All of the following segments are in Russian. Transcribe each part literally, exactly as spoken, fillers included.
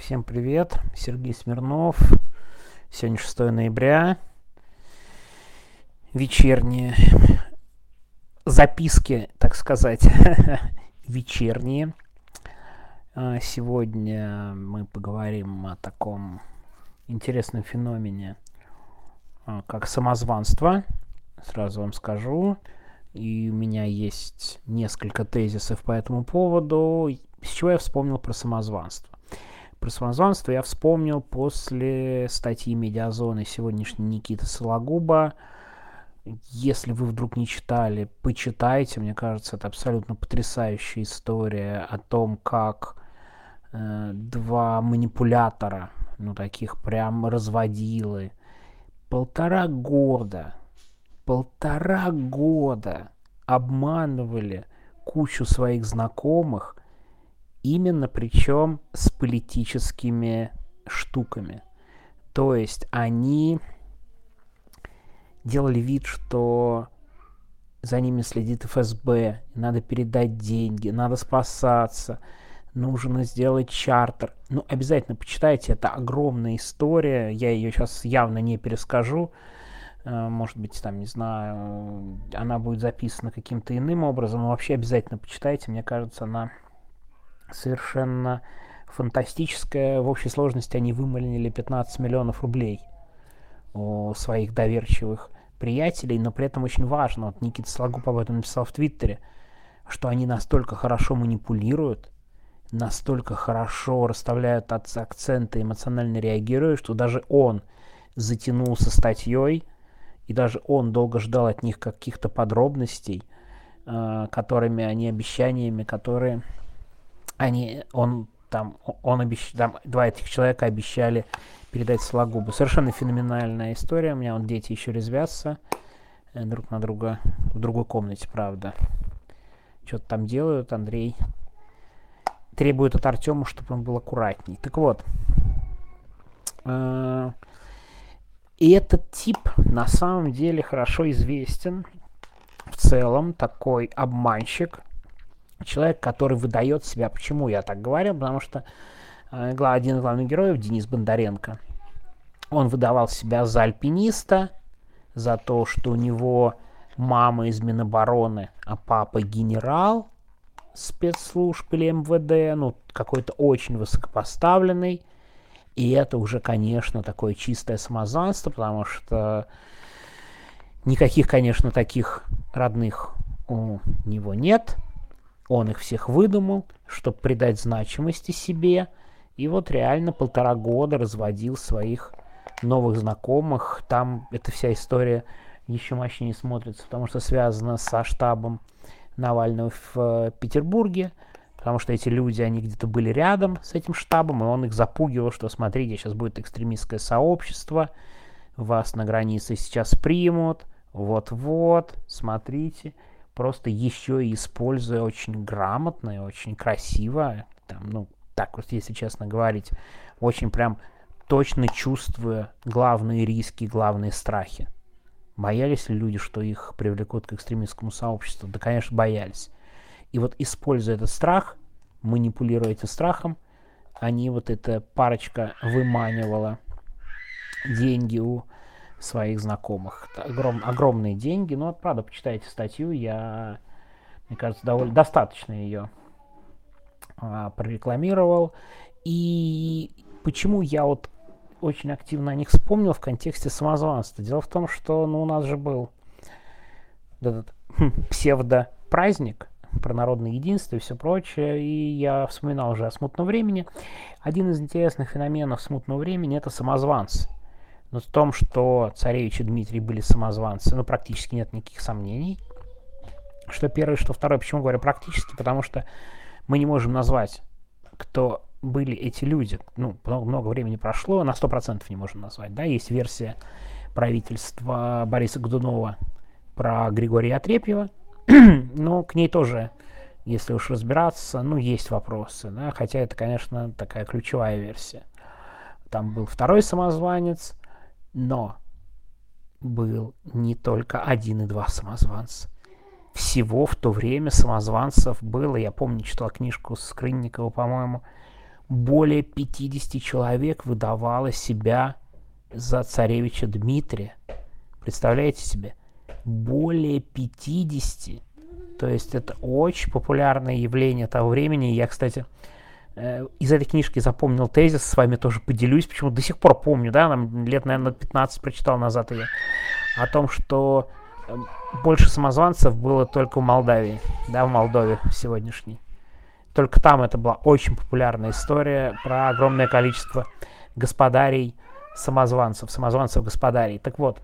Всем привет, Сергей Смирнов. Сегодня шестое ноября. Вечерние записки, так сказать, вечерние. Сегодня мы поговорим о таком интересном феномене, как самозванство. Сразу вам скажу. И у меня есть несколько тезисов по этому поводу. С чего я вспомнил про самозванство? Про самозванство я вспомнил после статьи «Медиазоны» сегодняшней Никиты Сологуба. Если вы вдруг не читали, почитайте. Мне кажется, это абсолютно потрясающая история о том, как э, два манипулятора, ну таких прям разводилы, полтора года, полтора года обманывали кучу своих знакомых, именно причем с политическими штуками. То есть они делали вид, что за ними следит эф эс бэ, надо передать деньги, надо спасаться, нужно сделать чартер. Ну, обязательно почитайте, это огромная история, я ее сейчас явно не перескажу. Может быть, там, не знаю, она будет записана каким-то иным образом, но вообще обязательно почитайте, мне кажется, она совершенно фантастическая. В общей сложности они выманили пятнадцать миллионов рублей у своих доверчивых приятелей, но при этом очень важно, вот Никита Сологуб об этом написал в Твиттере, что они настолько хорошо манипулируют, настолько хорошо расставляют акценты, эмоционально реагируют, что даже он затянулся статьей, и даже он долго ждал от них каких-то подробностей, которыми они, обещаниями, которые они, он там, он обещ... там два этих человека обещали передать Сологубу. Совершенно феноменальная история. У меня вон дети еще резвятся друг на друга в другой комнате, правда. Что-то там делают. Андрей требует от Артема, чтобы он был аккуратней. Так вот. И этот тип на самом деле хорошо известен. В целом такой обманщик. Человек, который выдает себя. Почему я так говорю? Потому что э, один из главных героев, Денис Бондаренко, он выдавал себя за альпиниста, за то, что у него мама из Минобороны, а папа генерал спецслужб или эм вэ дэ, ну, какой-то очень высокопоставленный. И это уже, конечно, такое чистое самозванство, потому что никаких, конечно, таких родных у него нет. Он их всех выдумал, чтобы придать значимости себе. И вот реально полтора года разводил своих новых знакомых. Там эта вся история еще мощнее смотрится, потому что связана со штабом Навального в Петербурге. Потому что эти люди, они где-то были рядом с этим штабом, и он их запугивал, что смотрите, сейчас будет экстремистское сообщество, вас на границе сейчас примут, вот-вот, смотрите. Просто еще и используя очень грамотно и очень красиво, там, ну, так вот, если честно говорить, очень прям точно чувствуя главные риски, главные страхи. Боялись ли люди, что их привлекут к экстремистскому сообществу? Да, конечно, боялись. И вот, используя этот страх, манипулируя этим страхом, они, вот эта парочка, выманивала деньги у своих знакомых. Огром, огромные деньги. Но, правда, почитайте статью. Я, мне кажется, довольно достаточно ее а, прорекламировал. И почему я вот очень активно о них вспомнил в контексте самозванства? Дело в том, что ну, у нас же был этот псевдо-праздник про народное единство и все прочее, и я вспоминал уже о смутном времени. Один из интересных феноменов смутного времени — это самозванцы. Но в том, что царевич и Дмитрий были самозванцы, ну, практически нет никаких сомнений. Что первое, что второе. Почему говорю практически? Потому что мы не можем назвать, кто были эти люди. Ну, много времени прошло, на сто процентов не можем назвать. Да? Есть версия правительства Бориса Годунова про Григория Отрепьева, но к ней тоже, если уж разбираться, ну, есть вопросы. Да? Хотя это, конечно, такая ключевая версия. Там был второй самозванец, но был не только один и два самозванца. Всего в то время самозванцев было, я помню, читал книжку Скрынникова, по-моему, более пятьдесят человек выдавало себя за царевича Дмитрия. Представляете себе? Более пятидесяти. То есть это очень популярное явление того времени. Я, кстати, из этой книжки запомнил тезис, с вами тоже поделюсь, почему до сих пор помню, да, нам лет, наверное, пятнадцать прочитал назад я, о том, что больше самозванцев было только в Молдавии, да, в Молдове сегодняшней. Только там это была очень популярная история про огромное количество господарей самозванцев, самозванцев-господарей. Так вот,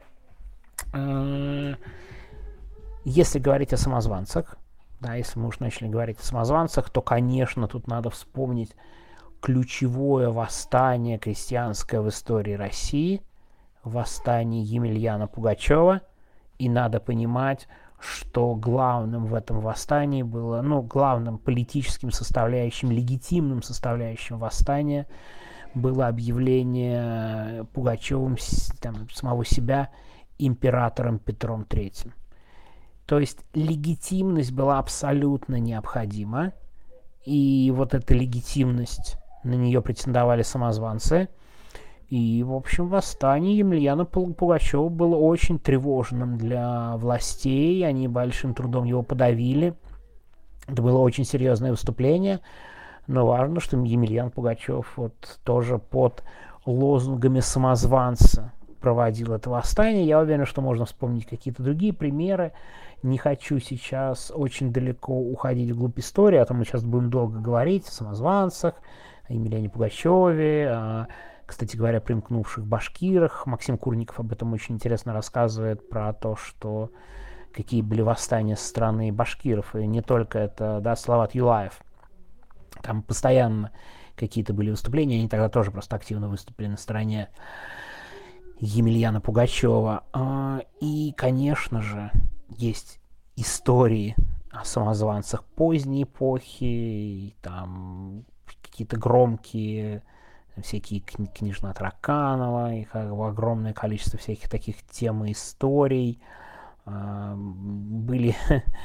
если говорить о самозванцах, да, если мы уж начали говорить о самозванцах, то, конечно, тут надо вспомнить ключевое восстание крестьянское в истории России, восстание Емельяна Пугачева. И надо понимать, что главным в этом восстании было, ну, главным политическим составляющим, легитимным составляющим восстания было объявление Пугачевым там, самого себя императором Петром Третьим. То есть легитимность была абсолютно необходима, и вот эта легитимность, на нее претендовали самозванцы. И, в общем, восстание Емельяна Пугачева было очень тревожным для властей, они большим трудом его подавили. Это было очень серьезное выступление, но важно, что Емельян Пугачев вот тоже под лозунгами самозванца проводил это восстание. Я уверен, что можно вспомнить какие-то другие примеры. Не хочу сейчас очень далеко уходить вглубь истории, а то мы сейчас будем долго говорить о самозванцах, о Емельяне Пугачеве, о, кстати говоря, примкнувших башкирах. Максим Курников об этом очень интересно рассказывает, про то, что какие были восстания со стороны башкиров, и не только это, да, Салават Юлаев. Там постоянно какие-то были выступления, они тогда тоже просто активно выступили на стороне Емельяна Пугачева. И, конечно же, есть истории о самозванцах поздней эпохи, там какие-то громкие всякие кни- книжные Тараканова, и как бы огромное количество всяких таких тем и историй. Были...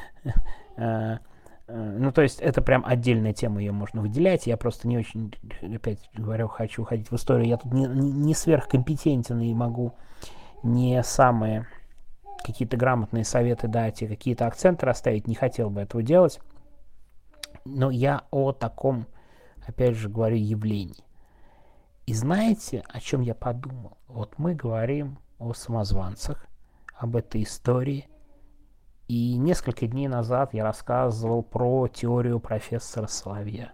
Ну, то есть, это прям отдельная тема, ее можно выделять. Я просто не очень, опять говорю, хочу уходить в историю. Я тут не, не сверхкомпетентен и могу не самые какие-то грамотные советы дать и какие-то акценты расставить. Не хотел бы этого делать. Но я о таком, опять же, говорю, явлении. И знаете, о чем я подумал? Вот мы говорим о самозванцах, об этой истории. И несколько дней назад я рассказывал про теорию профессора Соловья.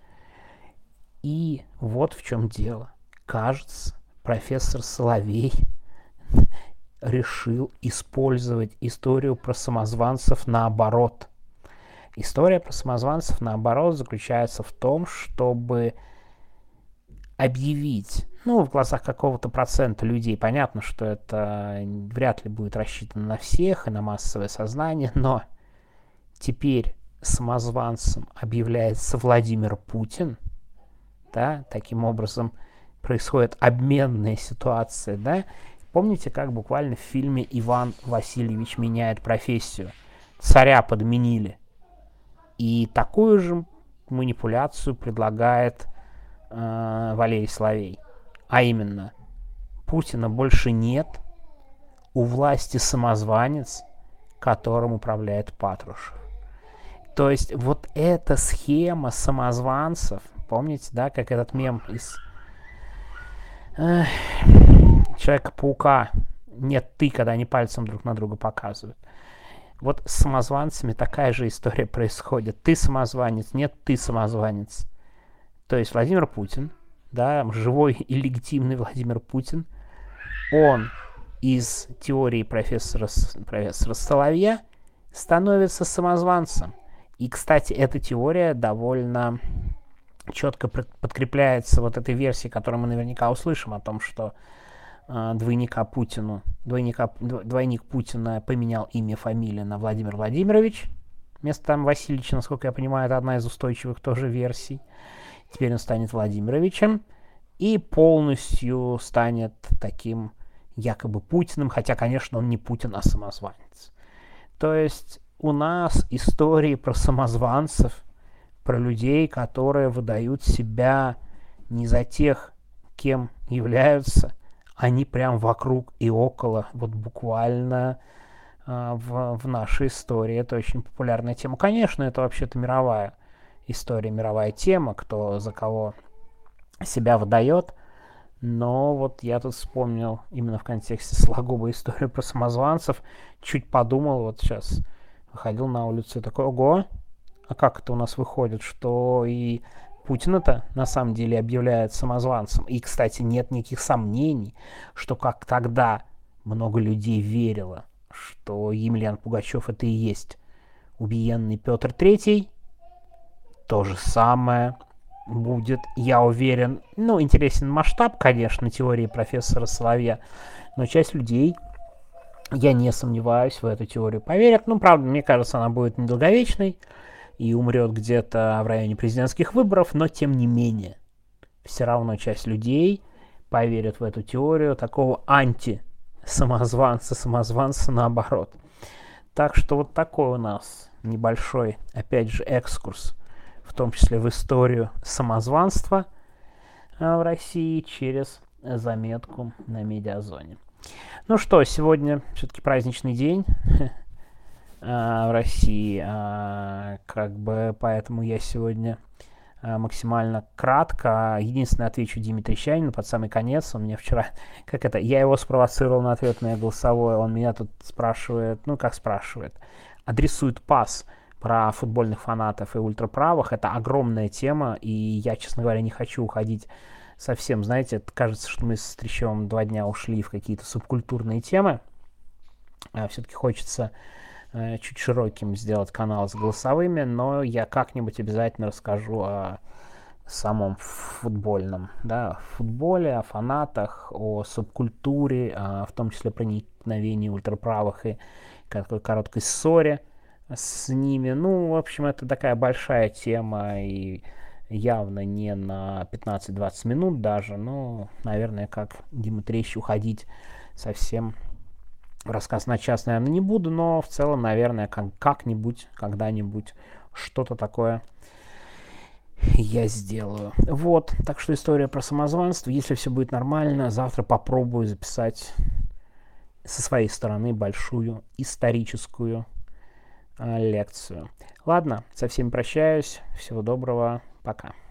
И вот в чем дело. Кажется, профессор Соловей решил использовать историю про самозванцев наоборот. История про самозванцев наоборот заключается в том, чтобы объявить, ну, в глазах какого-то процента людей, понятно, что это вряд ли будет рассчитано на всех и на массовое сознание, но теперь самозванцем объявляется Владимир Путин, да, таким образом происходит обменная ситуация, да. Помните, как буквально в фильме «Иван Васильевич меняет профессию»? Царя подменили. И такую же манипуляцию предлагает э, Валерий Соловей. А именно, Путина больше нет, у власти самозванец, которым управляет Патрушев. То есть вот эта схема самозванцев, помните, да, как этот мем из э, Человека-паука, нет ты, когда они пальцем друг на друга показывают. Вот с самозванцами такая же история происходит. Ты самозванец, нет, ты самозванец. То есть Владимир Путин, да, живой и легитимный Владимир Путин, он из теории профессора, профессора Соловья становится самозванцем. И, кстати, эта теория довольно четко подкрепляется вот этой версией, которую мы наверняка услышим, о том, что э, двойника Путину, двойника, двойник Путина поменял имя, фамилию на Владимир Владимирович. Вместо там Васильевича, насколько я понимаю, это одна из устойчивых тоже версий. Теперь он станет Владимировичем и полностью станет таким якобы Путиным, хотя, конечно, он не Путин, а самозванец. То есть у нас истории про самозванцев про людей, которые выдают себя не за тех, кем являются, они прям вокруг и около, вот буквально э, в, в нашей истории. Это очень популярная тема. Конечно, это вообще-то мировая история, мировая тема, кто за кого себя выдает. Но вот я тут вспомнил именно в контексте Сологуба историю про самозванцев. Чуть подумал, вот сейчас выходил на улицу и такой: ого, а как это у нас выходит, что и Путин-то на самом деле объявляет самозванцем. И, кстати, нет никаких сомнений, что как тогда много людей верило, что Емельян Пугачев это и есть убиенный Петр Третий, то же самое будет, я уверен. Ну, интересен масштаб, конечно, теории профессора Соловья, но часть людей, я не сомневаюсь, в эту теорию поверят. Ну, правда, мне кажется, она будет недолговечной и умрет где-то в районе президентских выборов, но тем не менее, все равно часть людей поверят в эту теорию такого анти-самозванца, самозванца наоборот. Так что вот такой у нас небольшой, опять же, экскурс, в том числе в историю самозванства в России через заметку на Медиазоне. Ну что, сегодня все-таки праздничный день в России, как бы, поэтому я сегодня максимально кратко. Единственное, отвечу Диме Трещанину под самый конец. Он меня вчера, как это, я его спровоцировал на ответное голосовое, он меня тут спрашивает, ну как спрашивает, адресует пас про футбольных фанатов и ультраправых. Это огромная тема, и я, честно говоря, не хочу уходить совсем, знаете, кажется, что мы с Трещевым два дня ушли в какие-то субкультурные темы. А все-таки хочется э, чуть широким сделать канал с голосовыми, но я как-нибудь обязательно расскажу о самом футбольном, да, футболе, о фанатах, о субкультуре, о, в том числе проникновении ультраправых и какой короткой ссоре с ними. Ну, в общем, это такая большая тема и явно не на пятнадцать-двадцать минут даже, но, наверное, как Дима Трещ, уходить совсем в рассказ на час, наверное, не буду, но в целом, наверное, как- как-нибудь, когда-нибудь что-то такое я сделаю. Вот, так что история про самозванство. Если все будет нормально, завтра попробую записать со своей стороны большую историческую лекцию. Ладно, со всеми прощаюсь. Всего доброго. Пока.